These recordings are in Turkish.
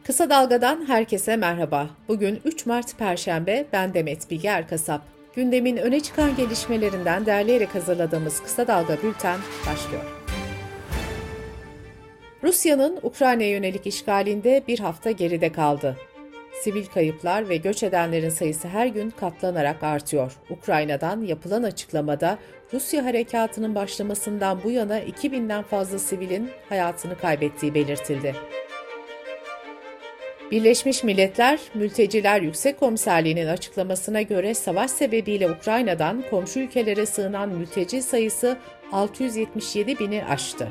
Kısa Dalga'dan herkese merhaba. Bugün 3 Mart Perşembe, ben Demet Bilge Erkasap. Gündemin öne çıkan gelişmelerinden derleyerek hazırladığımız Kısa Dalga Bülten başlıyor. Rusya'nın Ukrayna'ya yönelik işgalinde bir hafta geride kaldı. Sivil kayıplar ve göç edenlerin sayısı her gün katlanarak artıyor. Ukrayna'dan yapılan açıklamada Rusya harekatının başlamasından bu yana 2000'den fazla sivilin hayatını kaybettiği belirtildi. Birleşmiş Milletler Mülteciler Yüksek Komiserliği'nin açıklamasına göre savaş sebebiyle Ukrayna'dan komşu ülkelere sığınan mülteci sayısı 677 bini aştı.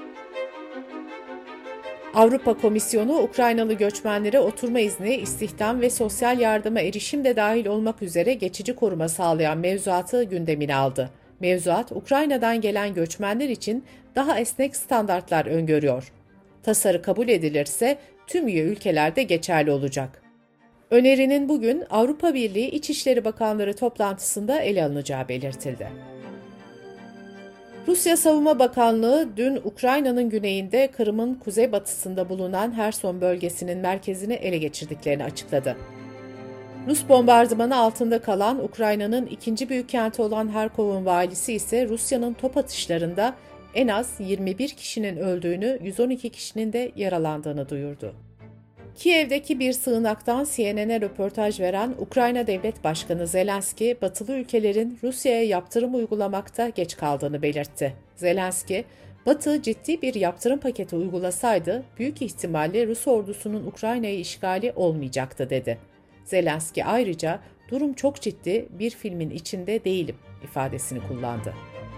Avrupa Komisyonu, Ukraynalı göçmenlere oturma izni, istihdam ve sosyal yardıma erişim de dahil olmak üzere geçici koruma sağlayan mevzuatı gündemine aldı. Mevzuat, Ukrayna'dan gelen göçmenler için daha esnek standartlar öngörüyor. Tasarı kabul edilirse tüm üye ülkelerde geçerli olacak. Önerinin bugün Avrupa Birliği İçişleri Bakanları toplantısında ele alınacağı belirtildi. Rusya Savunma Bakanlığı dün Ukrayna'nın güneyinde Kırım'ın kuzeybatısında bulunan Herson bölgesinin merkezini ele geçirdiklerini açıkladı. Rus bombardımanı altında kalan Ukrayna'nın ikinci büyük kenti olan Harkov'un valisi ise Rusya'nın top atışlarında en az 21 kişinin öldüğünü, 112 kişinin de yaralandığını duyurdu. Kiev'deki bir sığınaktan CNN'e röportaj veren Ukrayna Devlet Başkanı Zelenski, batılı ülkelerin Rusya'ya yaptırım uygulamakta geç kaldığını belirtti. Zelenski, Batı ciddi bir yaptırım paketi uygulasaydı büyük ihtimalle Rus ordusunun Ukrayna'yı işgali olmayacaktı dedi. Zelenski ayrıca durum çok ciddi, bir filmin içinde değilim ifadesini kullandı.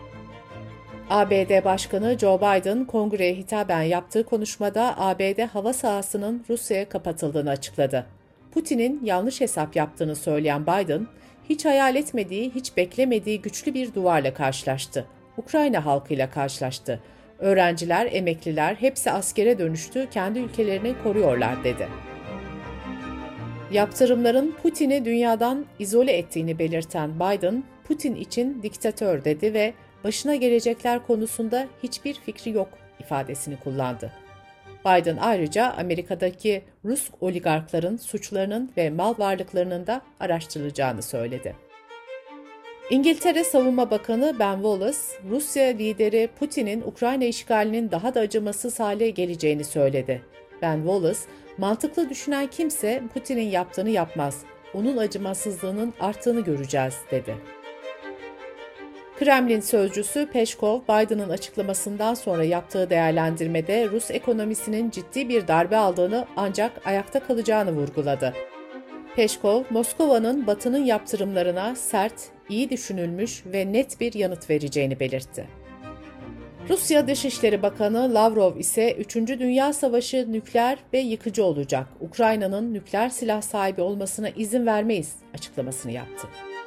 ABD Başkanı Joe Biden, Kongreye hitaben yaptığı konuşmada ABD hava sahasının Rusya'ya kapatıldığını açıkladı. Putin'in yanlış hesap yaptığını söyleyen Biden, hiç hayal etmediği, hiç beklemediği güçlü bir duvarla karşılaştı. Ukrayna halkıyla karşılaştı. Öğrenciler, emekliler hepsi askere dönüştü, kendi ülkelerini koruyorlar dedi. Yaptırımların Putin'i dünyadan izole ettiğini belirten Biden, Putin için diktatör dedi ve başına gelecekler konusunda hiçbir fikri yok ifadesini kullandı. Biden ayrıca Amerika'daki Rus oligarkların suçlarının ve mal varlıklarının da araştırılacağını söyledi. İngiltere Savunma Bakanı Ben Wallace, Rusya lideri Putin'in Ukrayna işgalinin daha da acımasız hale geleceğini söyledi. Ben Wallace, mantıklı düşünen kimse Putin'in yaptığını yapmaz, onun acımasızlığının arttığını göreceğiz dedi. Kremlin sözcüsü Peskov, Biden'ın açıklamasından sonra yaptığı değerlendirmede Rus ekonomisinin ciddi bir darbe aldığını ancak ayakta kalacağını vurguladı. Peskov, Moskova'nın Batı'nın yaptırımlarına sert, iyi düşünülmüş ve net bir yanıt vereceğini belirtti. Rusya Dışişleri Bakanı Lavrov ise 3. Dünya Savaşı nükleer ve yıkıcı olacak, Ukrayna'nın nükleer silah sahibi olmasına izin vermeyiz açıklamasını yaptı.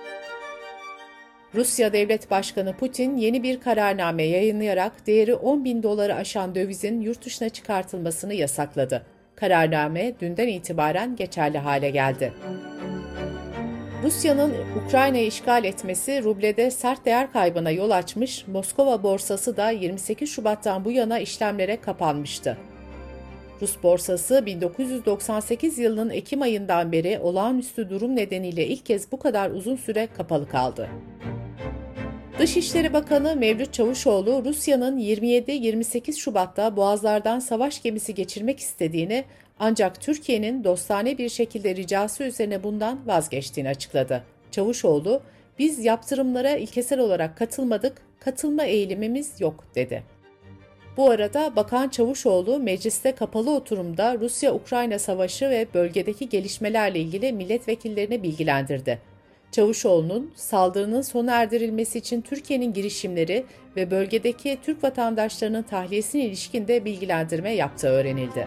Rusya Devlet Başkanı Putin yeni bir kararname yayınlayarak değeri $10.000 aşan dövizin yurt dışına çıkartılmasını yasakladı. Kararname dünden itibaren geçerli hale geldi. Rusya'nın Ukrayna'yı işgal etmesi rublede sert değer kaybına yol açmış, Moskova borsası da 28 Şubat'tan bu yana işlemlere kapanmıştı. Rus borsası 1998 yılının Ekim ayından beri olağanüstü durum nedeniyle ilk kez bu kadar uzun süre kapalı kaldı. Dışişleri Bakanı Mevlüt Çavuşoğlu, Rusya'nın 27-28 Şubat'ta boğazlardan savaş gemisi geçirmek istediğini ancak Türkiye'nin dostane bir şekilde ricası üzerine bundan vazgeçtiğini açıkladı. Çavuşoğlu, biz yaptırımlara ilkesel olarak katılmadık, katılma eğilimimiz yok dedi. Bu arada Bakan Çavuşoğlu mecliste kapalı oturumda Rusya-Ukrayna savaşı ve bölgedeki gelişmelerle ilgili milletvekillerini bilgilendirdi. Çavuşoğlu'nun saldırının sona erdirilmesi için Türkiye'nin girişimleri ve bölgedeki Türk vatandaşlarının tahliyesine ilişkin de bilgilendirme yaptığı öğrenildi.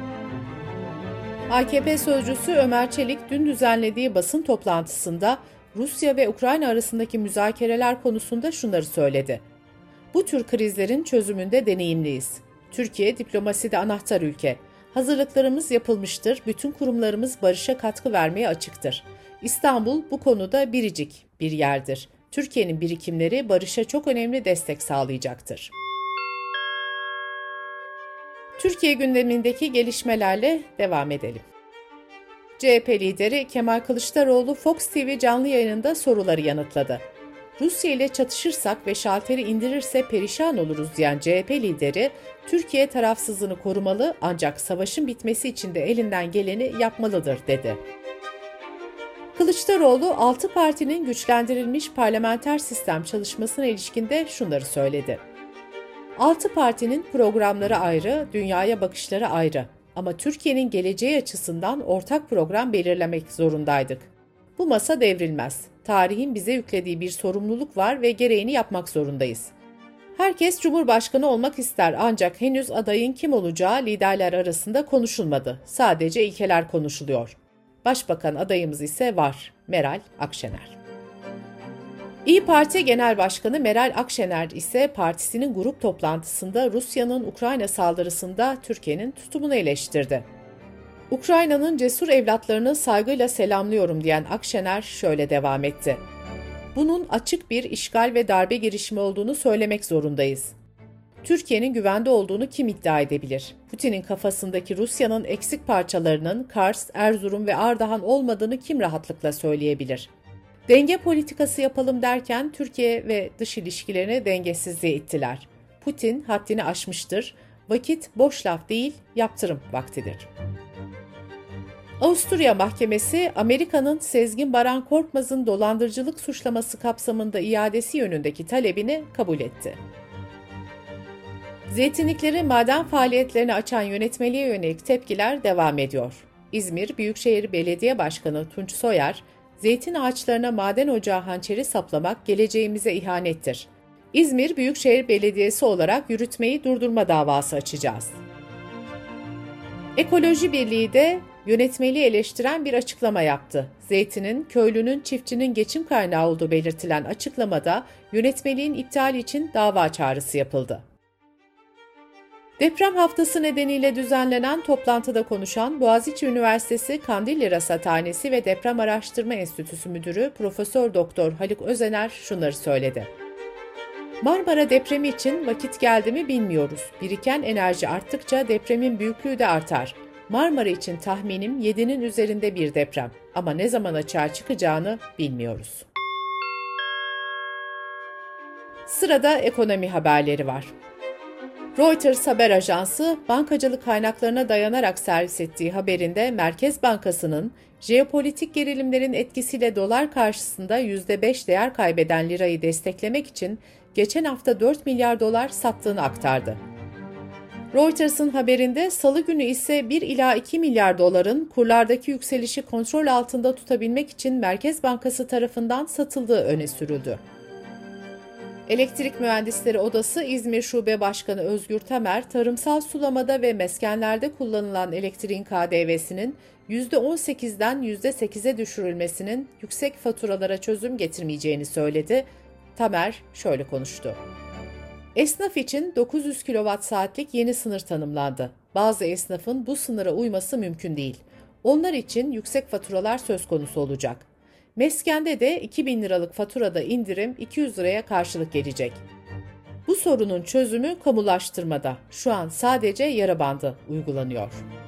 AKP sözcüsü Ömer Çelik dün düzenlediği basın toplantısında Rusya ve Ukrayna arasındaki müzakereler konusunda şunları söyledi. Bu tür krizlerin çözümünde deneyimliyiz. Türkiye diplomaside anahtar ülke. Hazırlıklarımız yapılmıştır, bütün kurumlarımız barışa katkı vermeye açıktır. İstanbul bu konuda biricik bir yerdir. Türkiye'nin birikimleri barışa çok önemli destek sağlayacaktır. Türkiye gündemindeki gelişmelerle devam edelim. CHP lideri Kemal Kılıçdaroğlu Fox TV canlı yayınında soruları yanıtladı. Rusya ile çatışırsak ve şalteri indirirse perişan oluruz diyen CHP lideri, Türkiye tarafsızlığını korumalı ancak savaşın bitmesi için de elinden geleni yapmalıdır dedi. Kılıçdaroğlu, 6 partinin güçlendirilmiş parlamenter sistem çalışmasına ilişkinde şunları söyledi. 6 partinin programları ayrı, dünyaya bakışları ayrı. Ama Türkiye'nin geleceği açısından ortak program belirlemek zorundaydık. Bu masa devrilmez. Tarihin bize yüklediği bir sorumluluk var ve gereğini yapmak zorundayız. Herkes Cumhurbaşkanı olmak ister ancak henüz adayın kim olacağı liderler arasında konuşulmadı. Sadece ilkeler konuşuluyor. Başbakan adayımız ise var. Meral Akşener. İYİ Parti Genel Başkanı Meral Akşener ise partisinin grup toplantısında Rusya'nın Ukrayna saldırısında Türkiye'nin tutumunu eleştirdi. Ukrayna'nın cesur evlatlarını saygıyla selamlıyorum diyen Akşener şöyle devam etti. Bunun açık bir işgal ve darbe girişimi olduğunu söylemek zorundayız. Türkiye'nin güvende olduğunu kim iddia edebilir? Putin'in kafasındaki Rusya'nın eksik parçalarının Kars, Erzurum ve Ardahan olmadığını kim rahatlıkla söyleyebilir? Denge politikası yapalım derken Türkiye ve dış ilişkilerini dengesizliğe ittiler. Putin haddini aşmıştır. Vakit boş laf değil, yaptırım vaktidir. Avusturya Mahkemesi, Amerika'nın Sezgin Baran Korkmaz'ın dolandırıcılık suçlaması kapsamında iadesi yönündeki talebini kabul etti. Zeytinlikleri maden faaliyetlerini açan yönetmeliğe yönelik tepkiler devam ediyor. İzmir Büyükşehir Belediye Başkanı Tunç Soyer, zeytin ağaçlarına maden ocağı hançeri saplamak geleceğimize ihanettir. İzmir Büyükşehir Belediyesi olarak yürütmeyi durdurma davası açacağız. Ekoloji Birliği de yönetmeliği eleştiren bir açıklama yaptı. Zeytinin, köylünün, çiftçinin geçim kaynağı olduğu belirtilen açıklamada yönetmeliğin iptali için dava çağrısı yapıldı. Deprem haftası nedeniyle düzenlenen toplantıda konuşan Boğaziçi Üniversitesi Kandilli Rasathanesi ve Deprem Araştırma Enstitüsü Müdürü Profesör Doktor Haluk Özener şunları söyledi. Marmara depremi için vakit geldi mi bilmiyoruz. Biriken enerji arttıkça depremin büyüklüğü de artar. Marmara için tahminim 7'nin üzerinde bir deprem ama ne zaman açığa çıkacağını bilmiyoruz. Sırada ekonomi haberleri var. Reuters haber ajansı, bankacılık kaynaklarına dayanarak servis ettiği haberinde Merkez Bankası'nın jeopolitik gerilimlerin etkisiyle dolar karşısında %5 değer kaybeden lirayı desteklemek için geçen hafta 4 milyar dolar sattığını aktardı. Reuters'ın haberinde Salı günü ise 1 ila 2 milyar doların kurlardaki yükselişi kontrol altında tutabilmek için Merkez Bankası tarafından satıldığı öne sürüldü. Elektrik Mühendisleri Odası İzmir Şube Başkanı Özgür Tamer, tarımsal sulamada ve meskenlerde kullanılan elektriğin KDV'sinin %18'den %8'e düşürülmesinin yüksek faturalara çözüm getirmeyeceğini söyledi. Tamer şöyle konuştu. Esnaf için 900 kWh yeni sınır tanımlandı. Bazı esnafın bu sınıra uyması mümkün değil. Onlar için yüksek faturalar söz konusu olacak. Meskende de 2.000 liralık faturada indirim 200 liraya karşılık gelecek. Bu sorunun çözümü kamulaştırmada. Şu an sadece yara bandı uygulanıyor.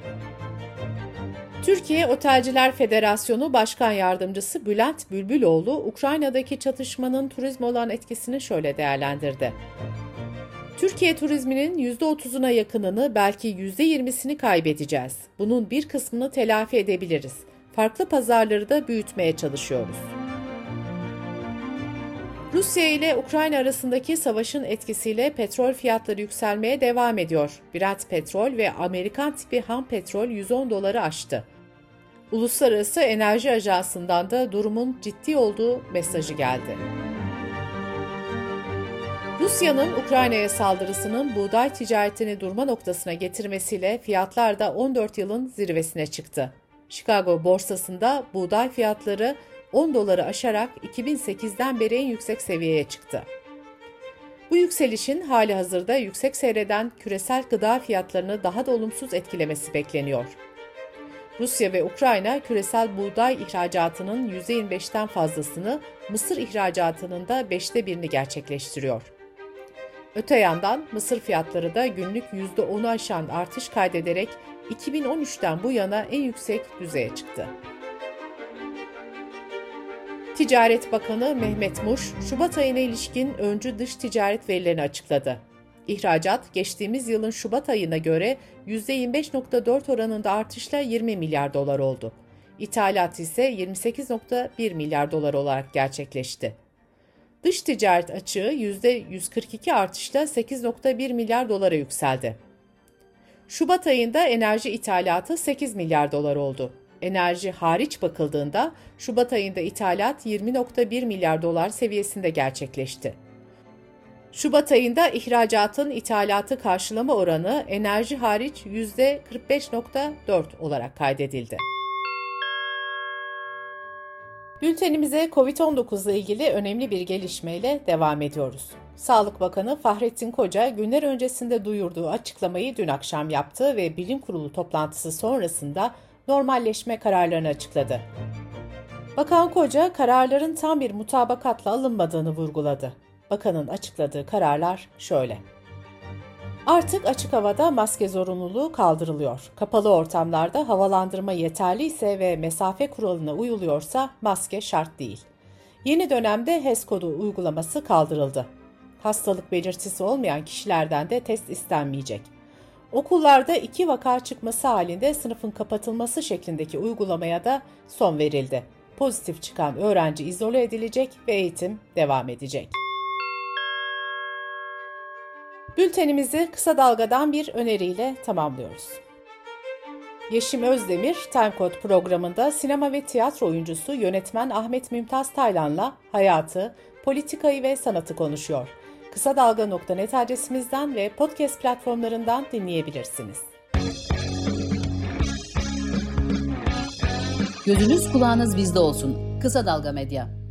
Türkiye Otelciler Federasyonu Başkan Yardımcısı Bülent Bülbüloğlu, Ukrayna'daki çatışmanın turizme olan etkisini şöyle değerlendirdi. Türkiye turizminin %30'una yakınını, belki %20'sini kaybedeceğiz. Bunun bir kısmını telafi edebiliriz. Farklı pazarları da büyütmeye çalışıyoruz. Rusya ile Ukrayna arasındaki savaşın etkisiyle petrol fiyatları yükselmeye devam ediyor. Brent petrol ve Amerikan tipi ham petrol 110 doları aştı. Uluslararası Enerji Ajansı'ndan da durumun ciddi olduğu mesajı geldi. Rusya'nın Ukrayna'ya saldırısının buğday ticaretini durma noktasına getirmesiyle fiyatlar da 14 yılın zirvesine çıktı. Chicago borsasında buğday fiyatları 10 doları aşarak 2008'den beri en yüksek seviyeye çıktı. Bu yükselişin halihazırda yüksek seyreden küresel gıda fiyatlarını daha da olumsuz etkilemesi bekleniyor. Rusya ve Ukrayna küresel buğday ihracatının %25'ten fazlasını, mısır ihracatının da 1/5'ini gerçekleştiriyor. Öte yandan mısır fiyatları da günlük %10'u aşan artış kaydederek 2013'ten bu yana en yüksek düzeye çıktı. Ticaret Bakanı Mehmet Muş, Şubat ayına ilişkin öncü dış ticaret verilerini açıkladı. İhracat, geçtiğimiz yılın Şubat ayına göre %25.4 oranında artışla 20 milyar dolar oldu. İthalat ise 28.1 milyar dolar olarak gerçekleşti. Dış ticaret açığı %142 artışla 8.1 milyar dolara yükseldi. Şubat ayında enerji ithalatı 8 milyar dolar oldu. Enerji hariç bakıldığında Şubat ayında ithalat 20.1 milyar dolar seviyesinde gerçekleşti. Şubat ayında ihracatın ithalatı karşılama oranı enerji hariç %45.4 olarak kaydedildi. Bültenimize COVID-19 ile ilgili önemli bir gelişmeyle devam ediyoruz. Sağlık Bakanı Fahrettin Koca günler öncesinde duyurduğu açıklamayı dün akşam yaptı ve bilim kurulu toplantısı sonrasında normalleşme kararlarını açıkladı. Bakan Koca kararların tam bir mutabakatla alınmadığını vurguladı. Bakanın açıkladığı kararlar şöyle. Artık açık havada maske zorunluluğu kaldırılıyor. Kapalı ortamlarda havalandırma yeterliyse ve mesafe kuralına uyuluyorsa maske şart değil. Yeni dönemde HES kodu uygulaması kaldırıldı. Hastalık belirtisi olmayan kişilerden de test istenmeyecek. Okullarda 2 vaka çıkması halinde sınıfın kapatılması şeklindeki uygulamaya da son verildi. Pozitif çıkan öğrenci izole edilecek ve eğitim devam edecek. Bültenimizi kısa dalgadan bir öneriyle tamamlıyoruz. Yeşim Özdemir, Time Code programında sinema ve tiyatro oyuncusu yönetmen Ahmet Mümtaz Taylan'la hayatı, politikayı ve sanatı konuşuyor. Kısa Dalga.net adresimizden ve podcast platformlarından dinleyebilirsiniz. Gözünüz kulağınız bizde olsun. Kısa Dalga Medya.